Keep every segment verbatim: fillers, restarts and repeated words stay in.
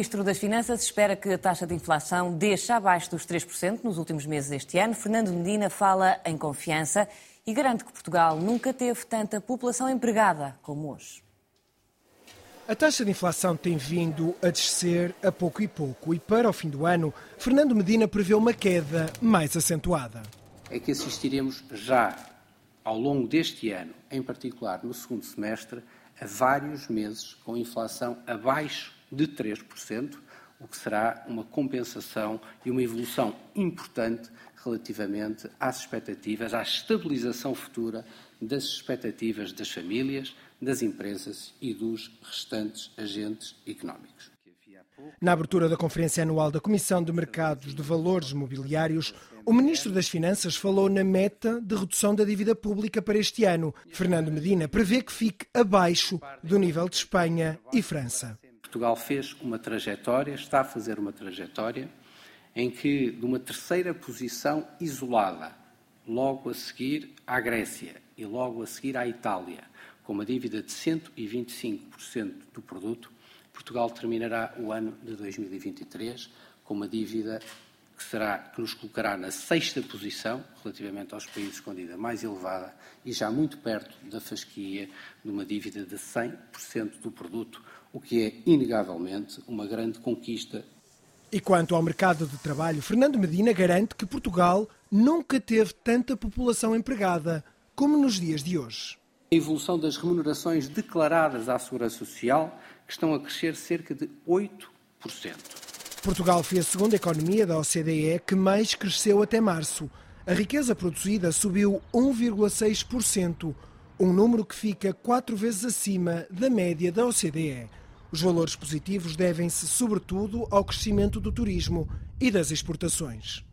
Ministro das Finanças espera que a taxa de inflação deixe abaixo dos três por cento nos últimos meses deste ano. Fernando Medina fala em confiança e garante que Portugal nunca teve tanta população empregada como hoje. A taxa de inflação tem vindo a descer a pouco e pouco e para o fim do ano, Fernando Medina prevê uma queda mais acentuada. É que assistiremos já ao longo deste ano, em particular no segundo semestre, a vários meses com inflação abaixo de três por cento, o que será uma compensação e uma evolução importante relativamente às expectativas, à estabilização futura das expectativas das famílias, das empresas e dos restantes agentes económicos. Na abertura da Conferência Anual da Comissão de Mercados de Valores Mobiliários, o Ministro das Finanças falou na meta de redução da dívida pública para este ano. Fernando Medina prevê que fique abaixo do nível de Espanha e França. Portugal fez uma trajetória, está a fazer uma trajetória, em que de uma terceira posição isolada, logo a seguir à Grécia e logo a seguir à Itália, com uma dívida de cento e vinte e cinco por cento do produto, Portugal terminará o ano de dois mil e vinte e três com uma dívida que, será, que nos colocará na sexta posição, relativamente aos países com dívida mais elevada, e já muito perto da fasquia de uma dívida de cem por cento do produto, o que é, inegavelmente, uma grande conquista. E quanto ao mercado de trabalho, Fernando Medina garante que Portugal nunca teve tanta população empregada como nos dias de hoje. A evolução das remunerações declaradas à Segurança Social, que estão a crescer cerca de oito por cento. Portugal foi a segunda economia da O C D E que mais cresceu até março. A riqueza produzida subiu um vírgula seis por cento, um número que fica quatro vezes acima da média da O C D E. Os valores positivos devem-se, sobretudo, ao crescimento do turismo e das exportações.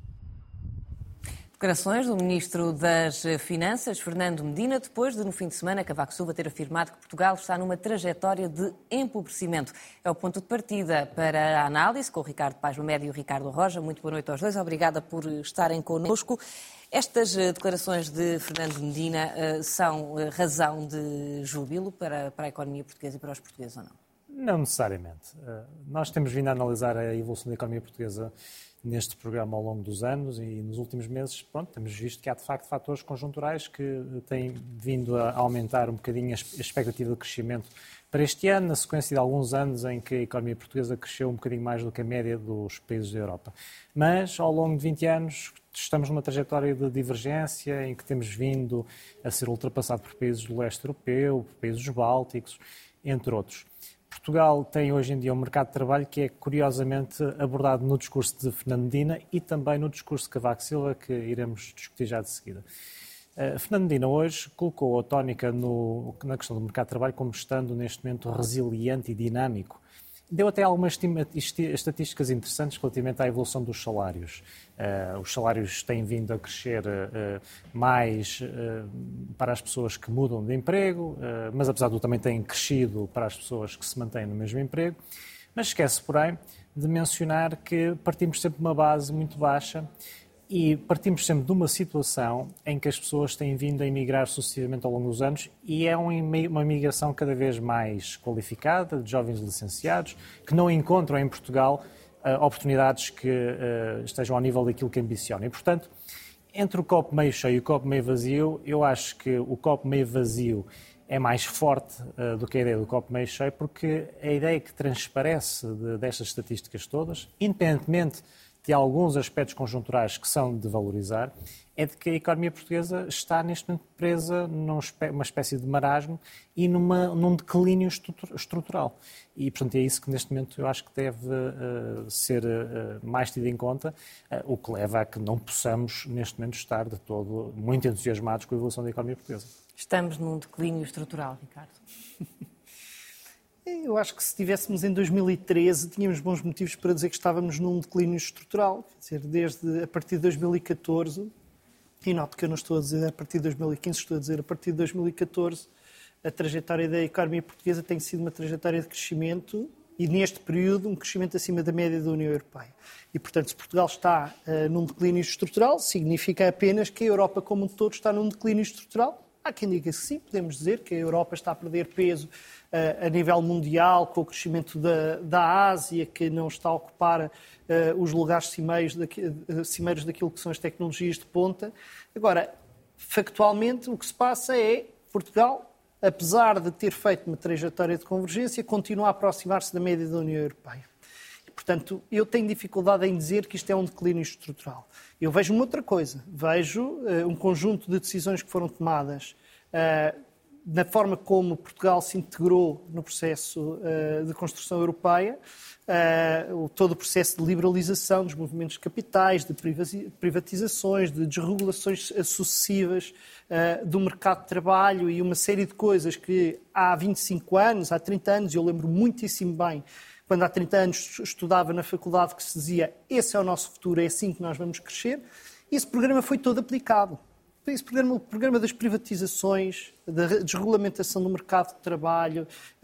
Declarações do Ministro das Finanças, Fernando Medina, depois de, no fim de semana, Cavaco Silva ter afirmado que Portugal está numa trajetória de empobrecimento. É o ponto de partida para a análise com o Ricardo Paz Mamed e o Ricardo Roja. Muito boa noite aos dois. Obrigada por estarem connosco. Estas declarações de Fernando Medina são razão de júbilo para, para a economia portuguesa e para os portugueses ou não? Não necessariamente. Nós temos vindo a analisar a evolução da economia portuguesa neste programa ao longo dos anos e nos últimos meses, pronto, temos visto que há de facto fatores conjunturais que têm vindo a aumentar um bocadinho a expectativa de crescimento para este ano, na sequência de alguns anos em que a economia portuguesa cresceu um bocadinho mais do que a média dos países da Europa. Mas, ao longo de vinte anos, estamos numa trajetória de divergência em que temos vindo a ser ultrapassado por países do leste europeu, por países bálticos, entre outros. Portugal tem hoje em dia um mercado de trabalho que é curiosamente abordado no discurso de Fernando Medina e também no discurso de Cavaco Silva, que iremos discutir já de seguida. Uh, Fernando Medina hoje colocou a tónica no, na questão do mercado de trabalho como estando neste momento resiliente e dinâmico. Deu até algumas estatísticas interessantes relativamente à evolução dos salários. Uh, os salários têm vindo a crescer uh, mais uh, para as pessoas que mudam de emprego, uh, mas apesar do também têm crescido para as pessoas que se mantêm no mesmo emprego. Mas esquece, porém, de mencionar que partimos sempre de uma base muito baixa e partimos sempre de uma situação em que as pessoas têm vindo a emigrar sucessivamente ao longo dos anos e é uma imigração cada vez mais qualificada, de jovens licenciados, que não encontram em Portugal uh, oportunidades que uh, estejam ao nível daquilo que ambicionam. E, portanto, entre o copo meio cheio e o copo meio vazio, eu acho que o copo meio vazio é mais forte uh, do que a ideia do copo meio cheio, porque a ideia que transparece de, destas estatísticas todas, independentemente de alguns aspectos conjunturais que são de valorizar, é de que a economia portuguesa está neste momento presa numa espécie de marasmo e numa, num declínio estrutural. E, portanto, é isso que neste momento eu acho que deve uh, ser uh, mais tido em conta, uh, o que leva a que não possamos, neste momento, estar de todo muito entusiasmados com a evolução da economia portuguesa. Estamos num declínio estrutural, Ricardo. Eu acho que se estivéssemos em dois mil e treze, tínhamos bons motivos para dizer que estávamos num declínio estrutural. Quer dizer, desde a partir de dois mil e catorze, e noto que eu não estou a dizer a partir de dois mil e quinze, estou a dizer a partir de dois mil e catorze, a trajetória da economia portuguesa tem sido uma trajetória de crescimento e, neste período, um crescimento acima da média da União Europeia. E, portanto, se Portugal está uh, num declínio estrutural, significa apenas que a Europa como um todo está num declínio estrutural, Há quem diga que sim, podemos dizer que a Europa está a perder peso uh, a nível mundial, com o crescimento da, da Ásia, que não está a ocupar uh, os lugares cimeiros, daqui, uh, cimeiros daquilo que são as tecnologias de ponta. Agora, factualmente, o que se passa é Portugal, apesar de ter feito uma trajetória de convergência, continua a aproximar-se da média da União Europeia. E, portanto, eu tenho dificuldade em dizer que isto é um declínio estrutural. Eu vejo uma outra coisa. Vejo uh, um conjunto de decisões que foram tomadas uh, na forma como Portugal se integrou no processo uh, de construção europeia, uh, todo o processo de liberalização dos movimentos de capitais, de privatizações, de desregulações sucessivas uh, do mercado de trabalho e uma série de coisas que há vinte e cinco anos, há trinta anos, eu lembro muitíssimo bem, quando há trinta anos estudava na faculdade, que se dizia esse é o nosso futuro, é assim que nós vamos crescer, esse programa foi todo aplicado. Esse programa, o programa das privatizações, da desregulamentação do mercado de trabalho,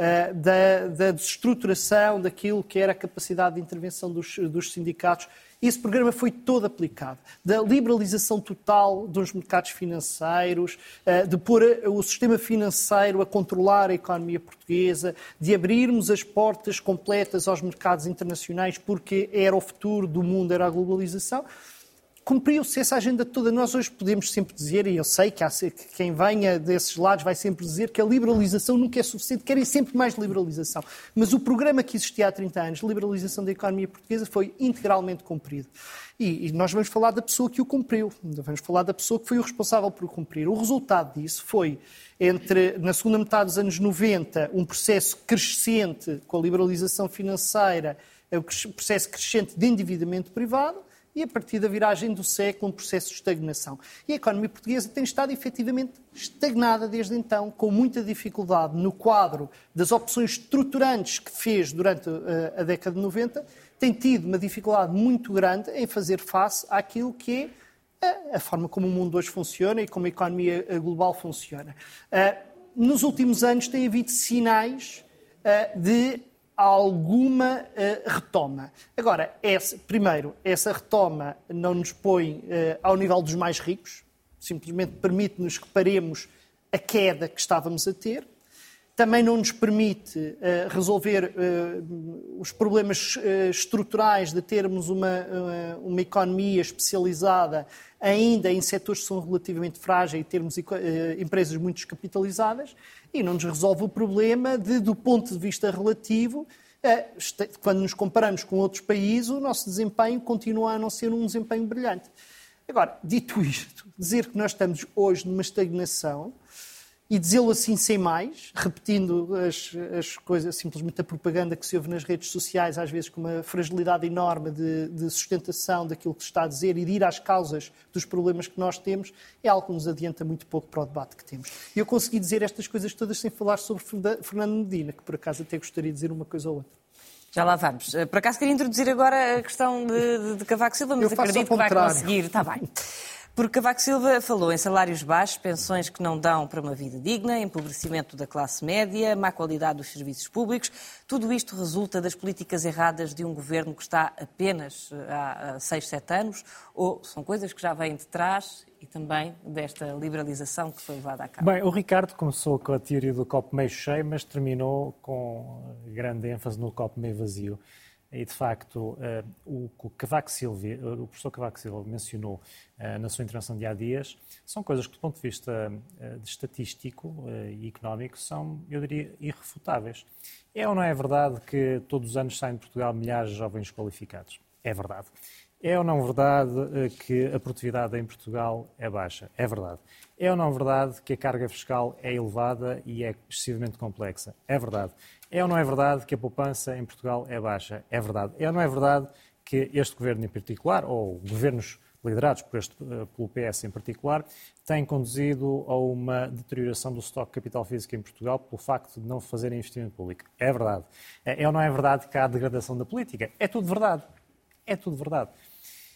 da, da desestruturação daquilo que era a capacidade de intervenção dos, dos sindicatos, esse programa foi todo aplicado. Da liberalização total dos mercados financeiros, de pôr o sistema financeiro a controlar a economia portuguesa, de abrirmos as portas completas aos mercados internacionais porque era o futuro do mundo, era a globalização. Cumpriu-se essa agenda toda. Nós hoje podemos sempre dizer, e eu sei que, há, que quem venha desses lados vai sempre dizer que a liberalização nunca é suficiente, querem sempre mais liberalização. Mas o programa que existia há trinta anos, de liberalização da economia portuguesa, foi integralmente cumprido. E, e nós vamos falar da pessoa que o cumpriu, vamos falar da pessoa que foi o responsável por o cumprir. O resultado disso foi, entre, na segunda metade dos anos noventa, um processo crescente com a liberalização financeira, o processo crescente de endividamento privado, e a partir da viragem do século, um processo de estagnação. E a economia portuguesa tem estado efetivamente estagnada desde então, com muita dificuldade no quadro das opções estruturantes que fez durante a década de noventa, tem tido uma dificuldade muito grande em fazer face àquilo que é a forma como o mundo hoje funciona e como a economia global funciona. Nos últimos anos tem havido sinais de alguma uh, retoma. Agora, essa, primeiro, essa retoma não nos põe uh, ao nível dos mais ricos, simplesmente permite-nos que paremos a queda que estávamos a ter. Também não nos permite uh, resolver uh, os problemas uh, estruturais de termos uma, uh, uma economia especializada ainda em setores que são relativamente frágeis e termos uh, empresas muito descapitalizadas. E não nos resolve o problema de, do ponto de vista relativo, uh, quando nos comparamos com outros países, o nosso desempenho continua a não ser um desempenho brilhante. Agora, dito isto, dizer que nós estamos hoje numa estagnação, e dizê-lo assim sem mais, repetindo as, as coisas, simplesmente a propaganda que se ouve nas redes sociais, às vezes com uma fragilidade enorme de, de sustentação daquilo que se está a dizer e de ir às causas dos problemas que nós temos, é algo que nos adianta muito pouco para o debate que temos. E eu consegui dizer estas coisas todas sem falar sobre Fernando Medina, que por acaso até gostaria de dizer uma coisa ou outra. Já lá vamos. Por acaso queria introduzir agora a questão de, de, de Cavaco Silva, mas acredito que vai conseguir. Está bem. Porque Cavaco Silva falou em salários baixos, pensões que não dão para uma vida digna, empobrecimento da classe média, má qualidade dos serviços públicos. Tudo isto resulta das políticas erradas de um governo que está apenas há seis, sete anos, ou são coisas que já vêm de trás e também desta liberalização que foi levada a cabo? Bem, o Ricardo começou com a teoria do copo meio cheio, mas terminou com grande ênfase no copo meio vazio. E, de facto, o que o Cavaco Silva, o professor Cavaco Silva mencionou na sua intervenção de há dias, são coisas que, do ponto de vista de estatístico e económico, são, eu diria, irrefutáveis. É ou não é verdade que todos os anos saem de Portugal milhares de jovens qualificados? É verdade. É ou não verdade que a produtividade em Portugal é baixa? É verdade. É ou não verdade que a carga fiscal é elevada e é excessivamente complexa? É verdade. É ou não é verdade que a poupança em Portugal é baixa? É verdade. É ou não é verdade que este governo em particular, ou governos liderados por este, pelo P S em particular, têm conduzido a uma deterioração do estoque de capital físico em Portugal pelo facto de não fazerem investimento público? É verdade. É ou não é verdade que há degradação da política? É tudo verdade. É tudo verdade.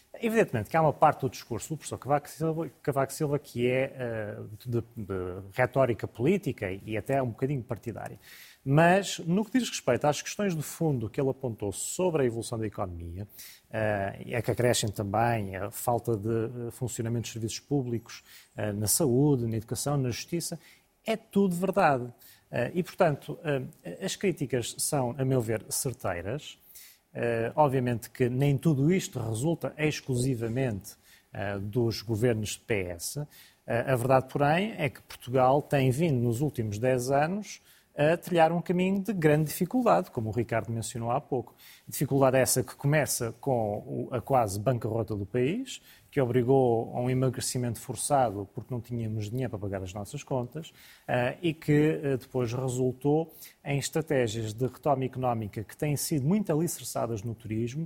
Evidentemente que há uma parte do discurso do professor Cavaco Silva, Cavaco Silva que é uh, de, de retórica política e até um bocadinho partidária. Mas, no que diz respeito às questões de fundo que ele apontou sobre a evolução da economia, uh, é que acrescem também a falta de uh, funcionamento dos serviços públicos uh, na saúde, na educação, na justiça, é tudo verdade. Uh, e, portanto, uh, as críticas são, a meu ver, certeiras. Uh, obviamente que nem tudo isto resulta exclusivamente uh, dos governos de P S. Uh, a verdade, porém, é que Portugal tem vindo nos últimos dez anos a trilhar um caminho de grande dificuldade, como o Ricardo mencionou há pouco. Dificuldade essa que começa com a quase bancarrota do país, que obrigou a um emagrecimento forçado porque não tínhamos dinheiro para pagar as nossas contas e que depois resultou em estratégias de retoma económica que têm sido muito alicerçadas no turismo,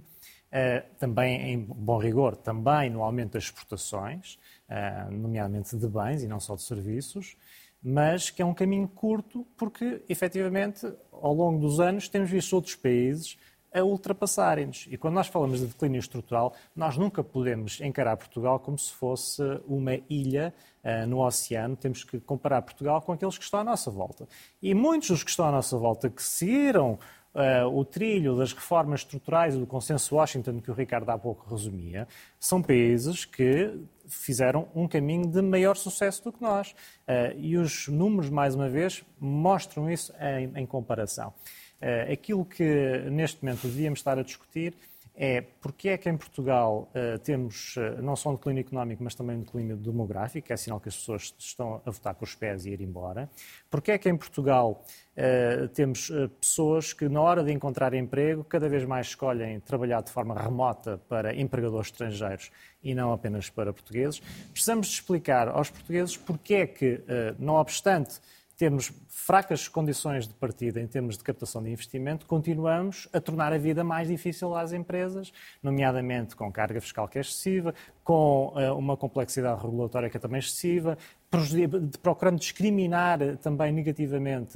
também, em bom rigor, também no aumento das exportações, nomeadamente de bens e não só de serviços, mas que é um caminho curto porque, efetivamente, ao longo dos anos temos visto outros países a ultrapassarem-nos. E quando nós falamos de declínio estrutural, nós nunca podemos encarar Portugal como se fosse uma ilha uh, no oceano. Temos que comparar Portugal com aqueles que estão à nossa volta. E muitos dos que estão à nossa volta, que seguiram uh, o trilho das reformas estruturais e do consenso Washington, que o Ricardo há pouco resumia, são países que fizeram um caminho de maior sucesso do que nós. Uh, e os números, mais uma vez, mostram isso em, em comparação. Uh, aquilo que neste momento devíamos estar a discutir é porque é que em Portugal uh, temos uh, não só um declínio económico, mas também um declínio demográfico, que é sinal que as pessoas estão a votar com os pés e ir embora. Porque é que em Portugal uh, temos uh, pessoas que, na hora de encontrar emprego, cada vez mais escolhem trabalhar de forma remota para empregadores estrangeiros e não apenas para portugueses. Precisamos de explicar aos portugueses porque é que, uh, não obstante temos fracas condições de partida em termos de captação de investimento, continuamos a tornar a vida mais difícil às empresas, nomeadamente com carga fiscal que é excessiva, com uh, uma complexidade regulatória que é também excessiva, procurando discriminar também negativamente uh,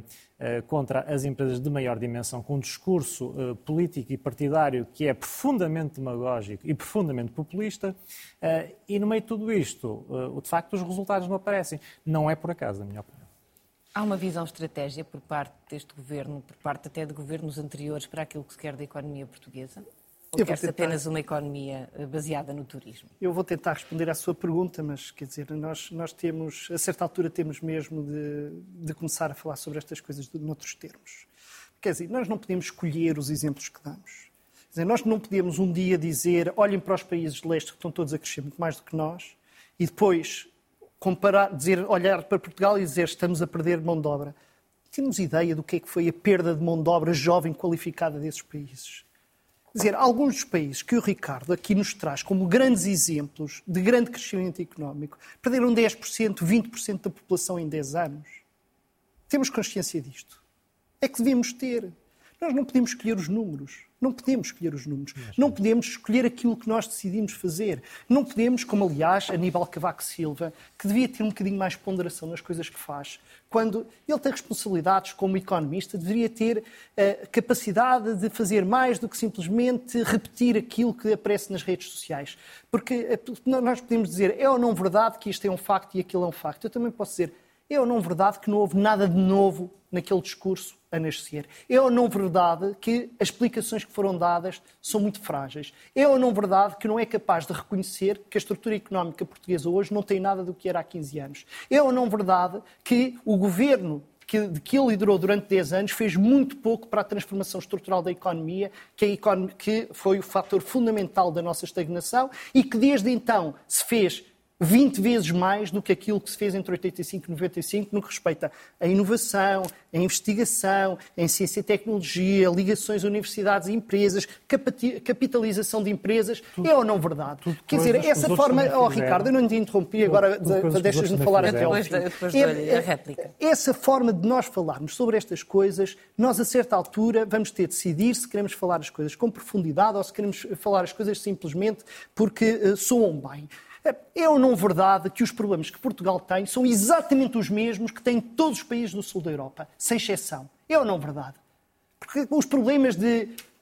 uh, contra as empresas de maior dimensão, com um discurso uh, político e partidário que é profundamente demagógico e profundamente populista, uh, e no meio de tudo isto, uh, de facto, os resultados não aparecem. Não é por acaso, na minha opinião. Há uma visão estratégia por parte deste governo, por parte até de governos anteriores, para aquilo que se quer da economia portuguesa? Ou quer-se tentar... apenas uma economia baseada no turismo? Eu vou tentar responder à sua pergunta, mas, quer dizer, nós, nós temos, a certa altura, temos mesmo de, de começar a falar sobre estas coisas de, noutros termos. Quer dizer, nós não podemos escolher os exemplos que damos. Quer dizer, nós não podemos um dia dizer, olhem para os países de leste que estão todos a crescer muito mais do que nós, e depois comparar, dizer, olhar para Portugal e dizer estamos a perder mão de obra. Temos ideia do que é que foi a perda de mão de obra jovem qualificada desses países? Quer dizer, alguns dos países que o Ricardo aqui nos traz como grandes exemplos de grande crescimento económico perderam dez por cento, vinte por cento da população em dez anos. Temos consciência disto. É que devemos ter. Nós não podemos escolher os números. Não podemos escolher os números. Não podemos escolher aquilo que nós decidimos fazer. Não podemos, como aliás Aníbal Cavaco Silva, que devia ter um bocadinho mais ponderação nas coisas que faz, quando ele tem responsabilidades como economista, deveria ter a capacidade de fazer mais do que simplesmente repetir aquilo que aparece nas redes sociais. Porque nós podemos dizer, é ou não verdade que isto é um facto e aquilo é um facto. Eu também posso dizer, é ou não verdade que não houve nada de novo naquele discurso a nascer? É ou não verdade que as explicações que foram dadas são muito frágeis? É ou não verdade que não é capaz de reconhecer que a estrutura económica portuguesa hoje não tem nada do que era há quinze anos? É ou não verdade que o governo que, que ele liderou durante dez anos fez muito pouco para a transformação estrutural da economia, que, a economia, que foi o fator fundamental da nossa estagnação e que desde então se fez vinte vezes mais do que aquilo que se fez entre oitenta e cinco e noventa e cinco no que respeita à inovação, à investigação, em ciência e tecnologia, ligações a universidades e empresas, capitalização de empresas. Tudo, é ou não verdade? Quer dizer, essa forma... Oh, Ricardo, eu não te interrompi, agora de, deixas-me falar até ao fim. Depois é, a réplica. Essa forma de nós falarmos sobre estas coisas, nós a certa altura vamos ter de decidir se queremos falar as coisas com profundidade ou se queremos falar as coisas simplesmente porque uh, soam bem. É ou não verdade que os problemas que Portugal tem são exatamente os mesmos que têm todos os países do sul da Europa, sem exceção? É ou não verdade? Porque os problemas de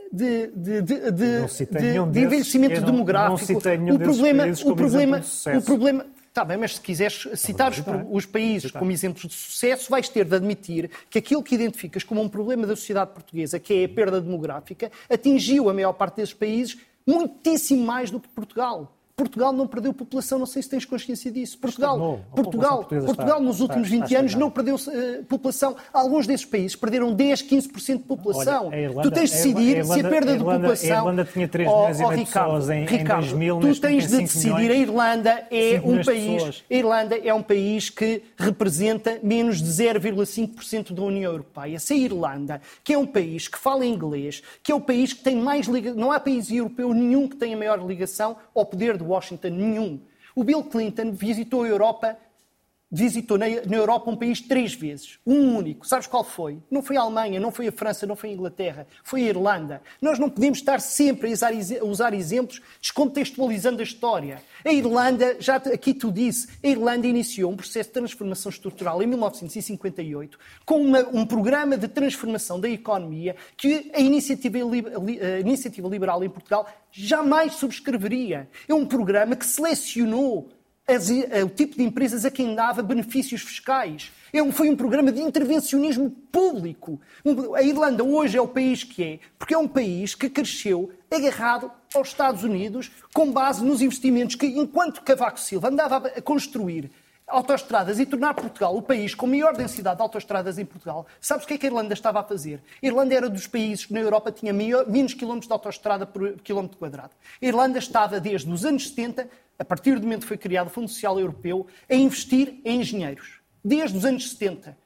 de, de, de, de, de, de envelhecimento não, demográfico. Não citei nenhum o problema, desses o problema, de o problema, está bem, mas se quiseres citar os, os países como exemplos de sucesso, vais ter de admitir que aquilo que identificas como um problema da sociedade portuguesa, que é a perda demográfica, atingiu a maior parte desses países muitíssimo mais do que Portugal. Portugal não perdeu população, não sei se tens consciência disso. Portugal, Portugal, Portugal nos últimos vinte anos não perdeu uh, população. Alguns desses países perderam dez, quinze por cento de população. Olha, Irlanda, tu tens de decidir a Irlanda, se a perda a Irlanda, de população... A Irlanda tinha três milhões oh, oh, e meio de pessoas em, Ricardo, em dois mil, tu tens de decidir. milhões, a Irlanda é um país... A Irlanda é um país que representa menos de zero vírgula cinco por cento da União Europeia. Se a Irlanda, que é um país que fala inglês, que é o país que tem mais ligação... Não há país europeu nenhum que tenha maior ligação ao poder de Washington, nenhum. O Bill Clinton visitou a Europa, visitou na, na Europa um país três vezes. Um único. Sabes qual foi? Não foi a Alemanha, não foi a França, não foi a Inglaterra. Foi a Irlanda. Nós não podemos estar sempre a usar, a usar exemplos descontextualizando a história. A Irlanda, já aqui tu disse, a Irlanda iniciou um processo de transformação estrutural em mil novecentos e cinquenta e oito com uma, um programa de transformação da economia que a iniciativa, a iniciativa liberal em Portugal jamais subscreveria. É um programa que selecionou as, o tipo de empresas a quem dava benefícios fiscais. É um, foi um programa de intervencionismo público. A Irlanda hoje é o país que é, porque é um país que cresceu agarrado aos Estados Unidos com base nos investimentos que, enquanto Cavaco Silva andava a construir autoestradas e tornar Portugal o país com maior densidade de autoestradas em Portugal, sabes o que é que a Irlanda estava a fazer? A Irlanda era dos países que na Europa tinha maior, menos quilómetros de autoestrada por quilómetro quadrado. A Irlanda estava, desde os anos setenta, a partir do momento que foi criado o Fundo Social Europeu, a investir em engenheiros. Desde os anos setenta.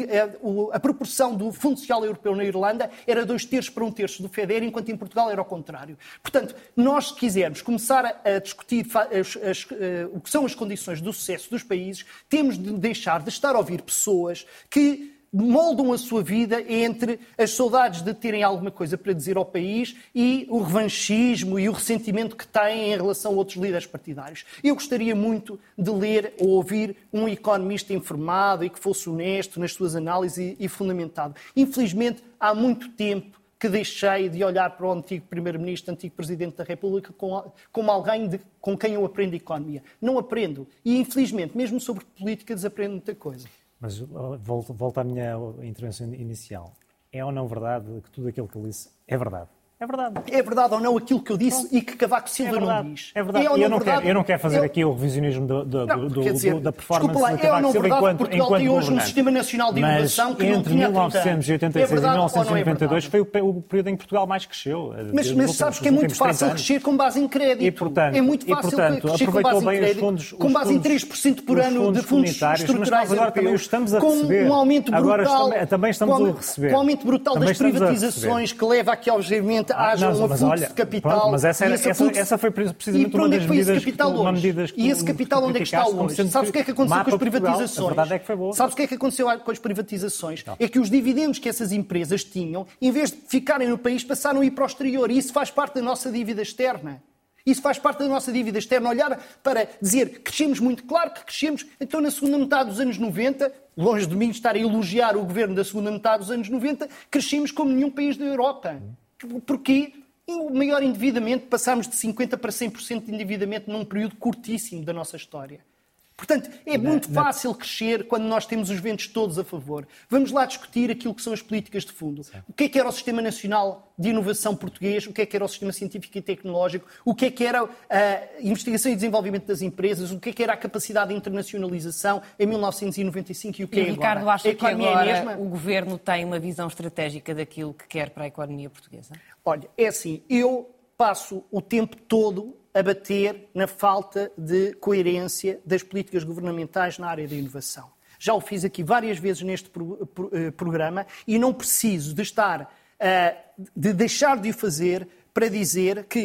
A proporção do Fundo Social Europeu na Irlanda era dois terços para um terço do FEDER, enquanto em Portugal era ao contrário. Portanto, nós, se quisermos começar a discutir as, as, o que são as condições do sucesso dos países, temos de deixar de estar a ouvir pessoas que moldam a sua vida entre as saudades de terem alguma coisa para dizer ao país e o revanchismo e o ressentimento que têm em relação a outros líderes partidários. Eu gostaria muito de ler ou ouvir um economista informado e que fosse honesto nas suas análises e fundamentado. Infelizmente, há muito tempo que deixei de olhar para o antigo Primeiro-Ministro, antigo Presidente da República, como alguém de, com quem eu aprendo economia. Não aprendo. E, infelizmente, mesmo sobre política, desaprendo muita coisa. Mas volto, volto à minha intervenção inicial. É ou não verdade que tudo aquilo que ele disse é verdade? É verdade. É verdade ou não aquilo que eu disse Pronto. E que Cavaco Silva é não diz? É verdade. É eu, não verdade? Quero, eu não quero fazer eu... aqui o revisionismo do, do, não, do, dizer, do, da performance lá, de Cavaco é Silva enquanto, Portugal enquanto tem hoje um sistema nacional de inovação que entre não mil novecentos e oitenta e seis é e mil novecentos e noventa e dois é foi o, o período em que Portugal mais cresceu. Mas, mas sabes que é muito fácil crescer com base em crédito. E, portanto, é muito fácil e, portanto, crescer com base em crédito, fundos, com base em três por cento por ano de fundos estruturais agora também os estamos a receber. Com um aumento brutal, também estamos a receber. Com um aumento brutal das privatizações que leva a que, obviamente, haja um afluxo de capital. Mas essa, era, essa, essa, essa foi precisamente uma das medidas que... Uma medidas que e esse capital onde é que está hoje? Sabes o que é que aconteceu com as privatizações? A verdade é que foi boa. Sabes o que é que aconteceu com as privatizações? Não. É que os dividendos que essas empresas tinham, em vez de ficarem no país, passaram a ir para o exterior. E isso faz parte da nossa dívida externa. Isso faz parte da nossa dívida externa. Olhar para dizer que crescemos muito, claro que crescemos. Então, na segunda metade dos anos noventa, longe de mim estar a elogiar o governo da segunda metade dos anos noventa, crescemos como nenhum país da Europa. Porquê? E o maior endividamento, passámos de cinquenta por cento para cem por cento de endividamento num período curtíssimo da nossa história. Portanto, é muito fácil crescer quando nós temos os ventos todos a favor. Vamos lá discutir aquilo que são as políticas de fundo. O que é que era o Sistema Nacional de Inovação português? O que é que era o Sistema Científico e Tecnológico? O que é que era a investigação e desenvolvimento das empresas? O que é que era a capacidade de internacionalização em mil novecentos e noventa e cinco e o que e é Ricardo, agora? acha que agora é o Governo tem uma visão estratégica daquilo que quer para a economia portuguesa? Olha, é assim, eu passo o tempo todo a bater na falta de coerência das políticas governamentais na área da inovação. Já o fiz aqui várias vezes neste pro, pro, uh, programa e não preciso de estar, uh, de deixar de o fazer para dizer que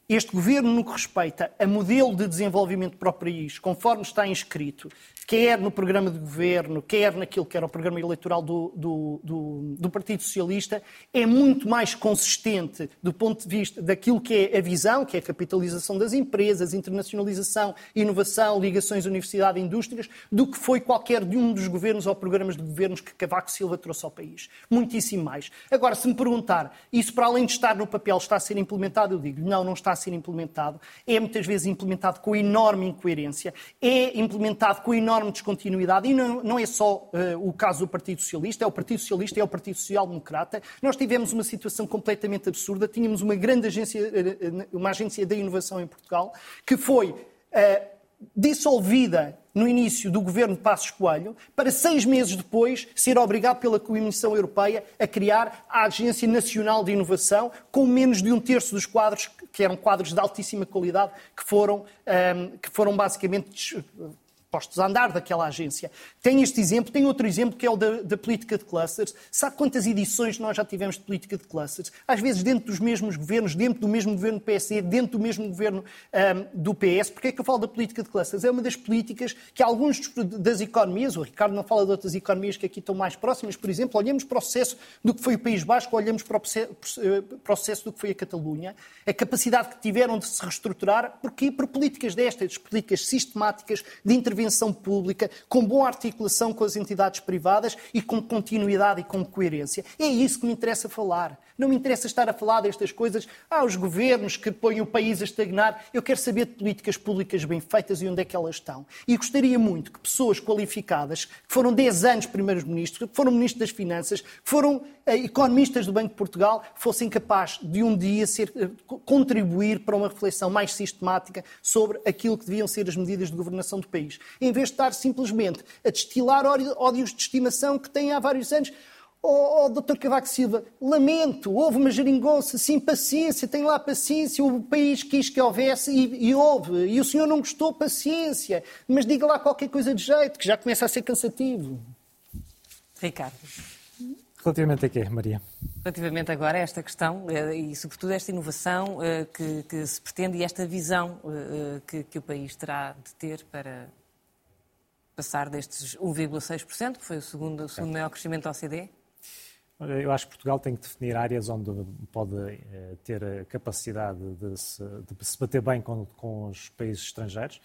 Este governo, no que respeita a modelo de desenvolvimento para o país, conforme está inscrito, quer no programa de governo, quer naquilo que era o programa eleitoral do, do, do, do Partido Socialista, é muito mais consistente do ponto de vista daquilo que é a visão, que é a capitalização das empresas, internacionalização, inovação, ligações universidade e indústrias, do que foi qualquer de um dos governos ou programas de governos que Cavaco Silva trouxe ao país. Muitíssimo mais. Agora, se me perguntar, isso para além de estar no papel está a ser implementado, eu digo, não, não está a ser implementado. É muitas vezes implementado com enorme incoerência, é implementado com enorme descontinuidade, e não, não é só uh, o caso do Partido Socialista, é o Partido Socialista, é o Partido Social Democrata. Nós tivemos uma situação completamente absurda, tínhamos uma grande agência, uh, uma agência da inovação em Portugal, que foi uh, dissolvida no início do governo de Passos Coelho, para seis meses depois ser obrigado pela Comissão Europeia a criar a Agência Nacional de Inovação, com menos de um terço dos quadros, que eram quadros de altíssima qualidade, que foram, um, que foram basicamente postos a andar daquela agência. Tem este exemplo, tem outro exemplo que é o da, da política de clusters. Sabe quantas edições nós já tivemos de política de clusters? Às vezes dentro dos mesmos governos, dentro do mesmo governo do P S D, dentro do mesmo governo um, do P S. Porquê é que eu falo da política de clusters? É uma das políticas que alguns das economias, o Ricardo não fala de outras economias que aqui estão mais próximas, por exemplo, olhamos para o processo do que foi o País Basco, olhamos para o processo do que foi a Catalunha, a capacidade que tiveram de se reestruturar, porque por políticas destas, políticas sistemáticas de intervenção intervenção pública, com boa articulação com as entidades privadas e com continuidade e com coerência. É isso que me interessa falar. Não me interessa estar a falar destas coisas, ah, os governos que põem o país a estagnar. Eu quero saber de políticas públicas bem feitas e onde é que elas estão. E gostaria muito que pessoas qualificadas, que foram dez anos primeiros-ministros, que foram ministros das Finanças, que foram eh, economistas do Banco de Portugal, fossem capazes de um dia ser, eh, contribuir para uma reflexão mais sistemática sobre aquilo que deviam ser as medidas de governação do país. Em vez de estar simplesmente a destilar ódios de estimação que têm há vários anos. Oh, oh, doutor Cavaco Silva, lamento, houve uma geringonça, sim, paciência, tem lá paciência, o país quis que houvesse e, e houve, e o senhor não gostou, paciência, mas diga lá qualquer coisa de jeito, que já começa a ser cansativo. Ricardo. Relativamente a quê, Maria? Relativamente agora a esta questão e, sobretudo, esta inovação que, que se pretende e esta visão que, que o país terá de ter para passar destes um vírgula seis por cento, que foi o segundo, o segundo maior crescimento da O C D E? Eu acho que Portugal tem que definir áreas onde pode ter a capacidade de se, de se bater bem com, com os países estrangeiros.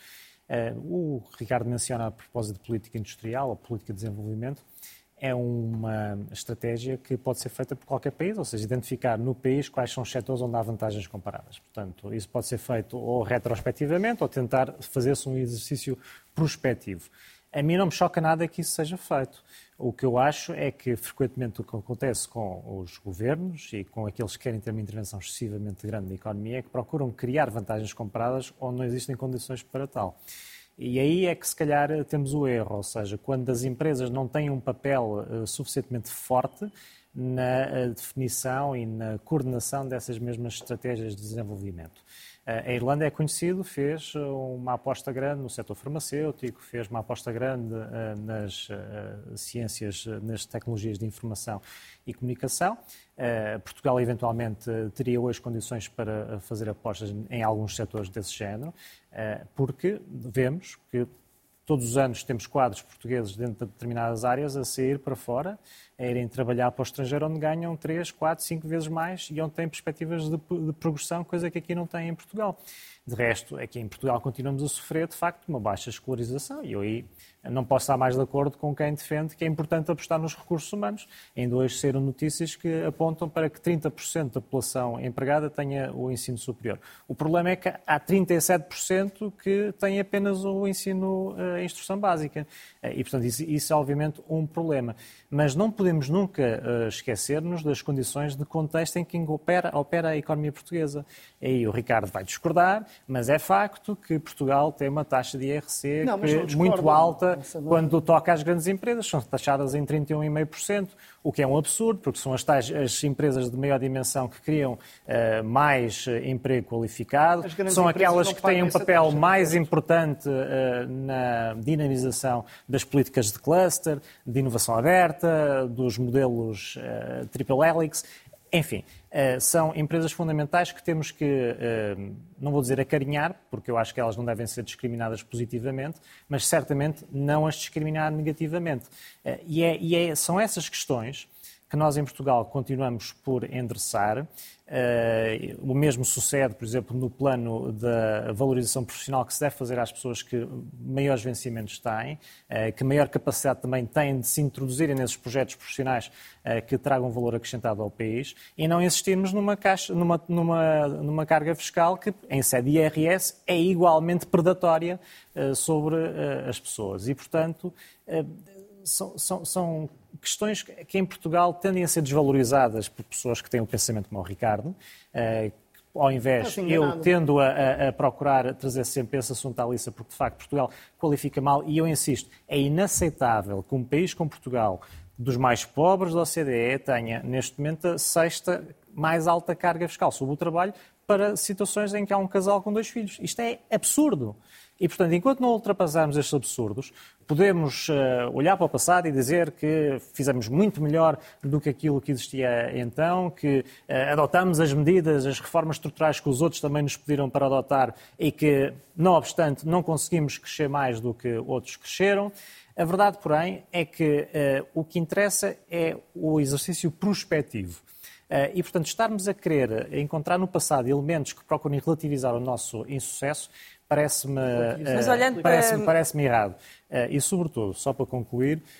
O Ricardo menciona a propósito de política industrial ou política de desenvolvimento. É uma estratégia que pode ser feita por qualquer país, ou seja, identificar no país quais são os setores onde há vantagens comparadas. Portanto, isso pode ser feito ou retrospectivamente ou tentar fazer-se um exercício prospectivo. A mim não me choca nada que isso seja feito. O que eu acho é que, frequentemente, o que acontece com os governos e com aqueles que querem ter uma intervenção excessivamente grande na economia é que procuram criar vantagens comparadas onde não existem condições para tal. E aí é que, se calhar, temos o erro, ou seja, quando as empresas não têm um papel uh, suficientemente forte na uh, definição e na coordenação dessas mesmas estratégias de desenvolvimento. A Irlanda é conhecido, fez uma aposta grande no setor farmacêutico, fez uma aposta grande uh, nas uh, ciências, nas tecnologias de informação e comunicação. Uh, Portugal, eventualmente, teria hoje condições para fazer apostas em alguns setores desse género, uh, porque vemos que todos os anos temos quadros portugueses dentro de determinadas áreas a sair para fora, a irem trabalhar para o estrangeiro, onde ganham três, quatro, cinco vezes mais e onde têm perspectivas de, de progressão, coisa que aqui não tem em Portugal. De resto, aqui em Portugal continuamos a sofrer, de facto, uma baixa escolarização e eu aí não posso estar mais de acordo com quem defende que é importante apostar nos recursos humanos. Ainda hoje saíram notícias que apontam para que trinta por cento da população empregada tenha o ensino superior. O problema é que há trinta e sete por cento que têm apenas o ensino, a instrução básica. E, portanto, isso, isso é obviamente um problema. Mas não podemos nunca uh, esquecer-nos das condições de contexto em que opera, opera a economia portuguesa. Aí o Ricardo vai discordar, mas é facto que Portugal tem uma taxa de I R C não, que é muito alta quando toca às grandes empresas. São taxadas em trinta e um vírgula cinco por cento, o que é um absurdo, porque são as, tais, as empresas de maior dimensão que criam uh, mais uh, emprego qualificado, são aquelas que têm um papel taxa, mais importante uh, na dinamização das políticas de cluster, de inovação aberta, dos modelos uh, triple helix. Enfim, são empresas fundamentais que temos que, não vou dizer acarinhar, porque eu acho que elas não devem ser discriminadas positivamente, mas certamente não as discriminar negativamente. E, é, e é, são essas questões que nós em Portugal continuamos por endereçar. Uh, o mesmo sucede, por exemplo, no plano da valorização profissional que se deve fazer às pessoas que maiores vencimentos têm, uh, que maior capacidade também têm de se introduzirem nesses projetos profissionais uh, que tragam valor acrescentado ao país, e não insistirmos numa, caixa, numa, numa, numa carga fiscal que, em sede de I R S, é igualmente predatória uh, sobre uh, as pessoas. E, portanto, uh, são... são, são questões que em Portugal tendem a ser desvalorizadas por pessoas que têm um pensamento como o Ricardo. Ao invés, eu tendo a, a procurar trazer sempre esse assunto à liça, porque de facto Portugal qualifica mal, e eu insisto, é inaceitável que um país como Portugal, dos mais pobres da O C D E, tenha neste momento a sexta mais alta carga fiscal sobre o trabalho para situações em que há um casal com dois filhos. Isto é absurdo. E, portanto, enquanto não ultrapassarmos estes absurdos, podemos uh, olhar para o passado e dizer que fizemos muito melhor do que aquilo que existia então, que uh, adotámos as medidas, as reformas estruturais que os outros também nos pediram para adotar e que, não obstante, não conseguimos crescer mais do que outros cresceram. A verdade, porém, é que uh, o que interessa é o exercício prospectivo. Uh, e, portanto, estarmos a querer encontrar no passado elementos que procurem relativizar o nosso insucesso parece-me uh, parece para... parece-me errado. Uh, e, sobretudo, só para concluir, uh,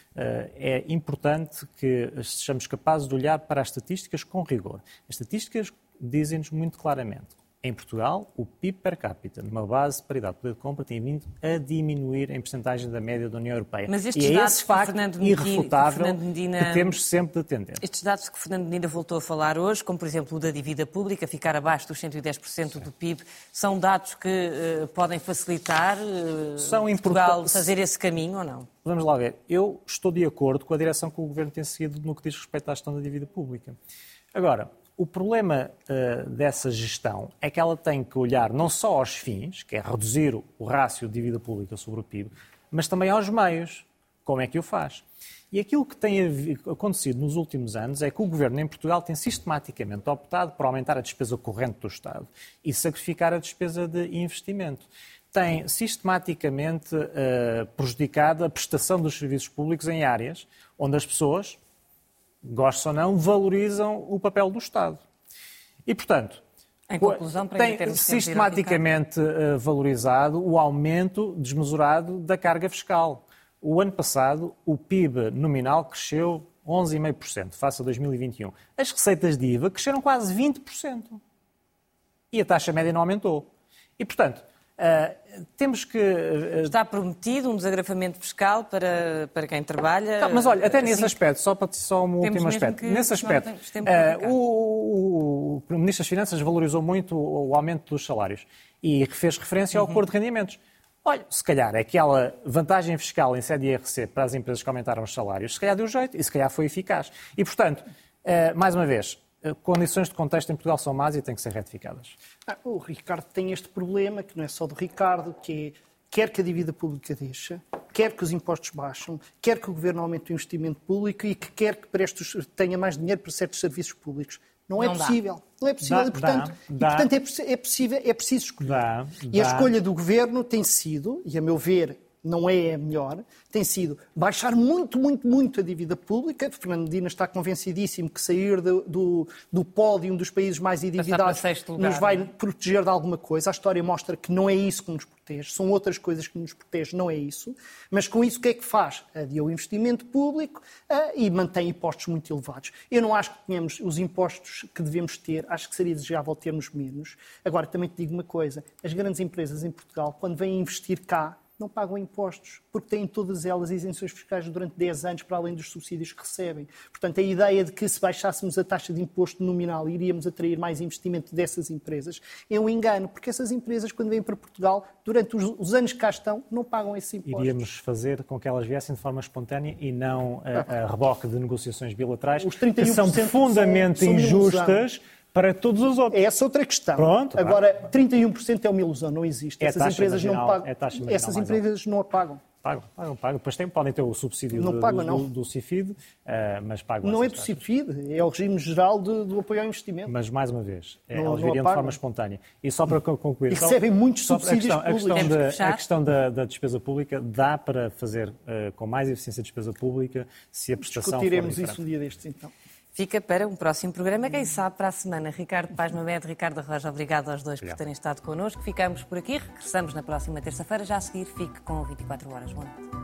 é importante que sejamos capazes de olhar para as estatísticas com rigor. As estatísticas dizem-nos muito claramente. Em Portugal, o P I B per capita, numa base de paridade de poder de compra, tem vindo a diminuir em percentagem da média da União Europeia. Mas estes e é dados esse facto Fernando irrefutável Fernando Medina, que temos sempre de atender. Estes dados que Fernando Medina voltou a falar hoje, como por exemplo o da dívida pública, ficar abaixo dos cento e dez por cento do P I B, são dados que uh, podem facilitar uh, são Portugal fazer esse caminho ou não? Vamos lá ver. Eu estou de acordo com a direção que o Governo tem seguido no que diz respeito à gestão da dívida pública. Agora, o problema uh, dessa gestão é que ela tem que olhar não só aos fins, que é reduzir o rácio de dívida pública sobre o P I B, mas também aos meios. Como é que o faz? E aquilo que tem acontecido nos últimos anos é que o Governo em Portugal tem sistematicamente optado por aumentar a despesa corrente do Estado e sacrificar a despesa de investimento. Tem sistematicamente uh, prejudicado a prestação dos serviços públicos em áreas onde as pessoas, gostam ou não, valorizam o papel do Estado. E, portanto, em conclusão, para tem sistematicamente uh, valorizado o aumento desmesurado da carga fiscal. O ano passado, o P I B nominal cresceu onze vírgula cinco por cento, face a dois mil e vinte e um. As receitas de I V A cresceram quase vinte por cento. E a taxa média não aumentou. E, portanto, Uh, temos que... Uh, Está prometido um desagrafamento fiscal para, para quem trabalha... Tá, mas olha, até assim, nesse aspecto, só, para, só um último aspecto. Que, nesse aspecto, uh, o, o, o Ministro das Finanças valorizou muito o, o aumento dos salários e fez referência ao uhum. acordo de rendimentos. Olha, se calhar aquela vantagem fiscal em sede de I R C para as empresas que aumentaram os salários, se calhar deu jeito e se calhar foi eficaz. E, portanto, uh, mais uma vez... condições de contexto em Portugal são más e têm que ser retificadas. Ah, o Ricardo tem este problema, que não é só do Ricardo, que é quer que a dívida pública deixe, quer que os impostos baixem, quer que o Governo aumente o investimento público e que quer que preste, tenha mais dinheiro para certos serviços públicos. Não, não é possível. Dá. Não é possível. Dá, e, portanto, dá, e, portanto é, é, possível, é preciso escolher. Dá, e a dá. escolha do Governo tem sido, e a meu ver, não é a melhor, tem sido baixar muito, muito, muito a dívida pública. Fernando Medina está convencidíssimo que sair do, do, do pódio dos países mais endividados nos vai proteger de alguma coisa. A história mostra que não é isso que nos protege, são outras coisas que nos protegem, não é isso. Mas com isso o que é que faz? Adia o investimento público uh, e mantém impostos muito elevados. Eu não acho que tenhamos os impostos que devemos ter, acho que seria desejável termos menos. Agora, também te digo uma coisa, as grandes empresas em Portugal, quando vêm investir cá, não pagam impostos, porque têm todas elas isenções fiscais durante dez anos, para além dos subsídios que recebem. Portanto, a ideia de que se baixássemos a taxa de imposto nominal iríamos atrair mais investimento dessas empresas é um engano, porque essas empresas, quando vêm para Portugal, durante os, os anos que cá estão, não pagam esses impostos. Iríamos fazer com que elas viessem de forma espontânea e não a, a reboque de negociações bilaterais, os trinta e um por cento que são profundamente são, são injustas para todos os outros. É essa outra questão. Pronto, agora, trinta e um por cento é uma ilusão, não existe. É essas empresas marginal, não pagam. É essas empresas não a pagam. Pagam, pagam, pagam. Depois tem, podem ter o subsídio não do, pagam, do, não. do, do CIFID, uh, mas pagam. Não é do taxas. CIFID, é o regime geral de, do apoio ao investimento. Mas, mais uma vez, é, não, eles não viriam de forma espontânea. E só para concluir... E recebem só, muitos só subsídios a questão, públicos. A questão, da, a questão da, da despesa pública dá para fazer uh, com mais eficiência a despesa pública se a prestação Discutiremos for isso um dia destes, então. Fica para um próximo programa, quem sabe, para a semana. Ricardo Paz Mamed, Ricardo Arroja, obrigado aos dois Obrigado. por terem estado connosco. Ficamos por aqui, regressamos na próxima terça-feira. Já a seguir, fique com vinte e quatro horas. Boa noite.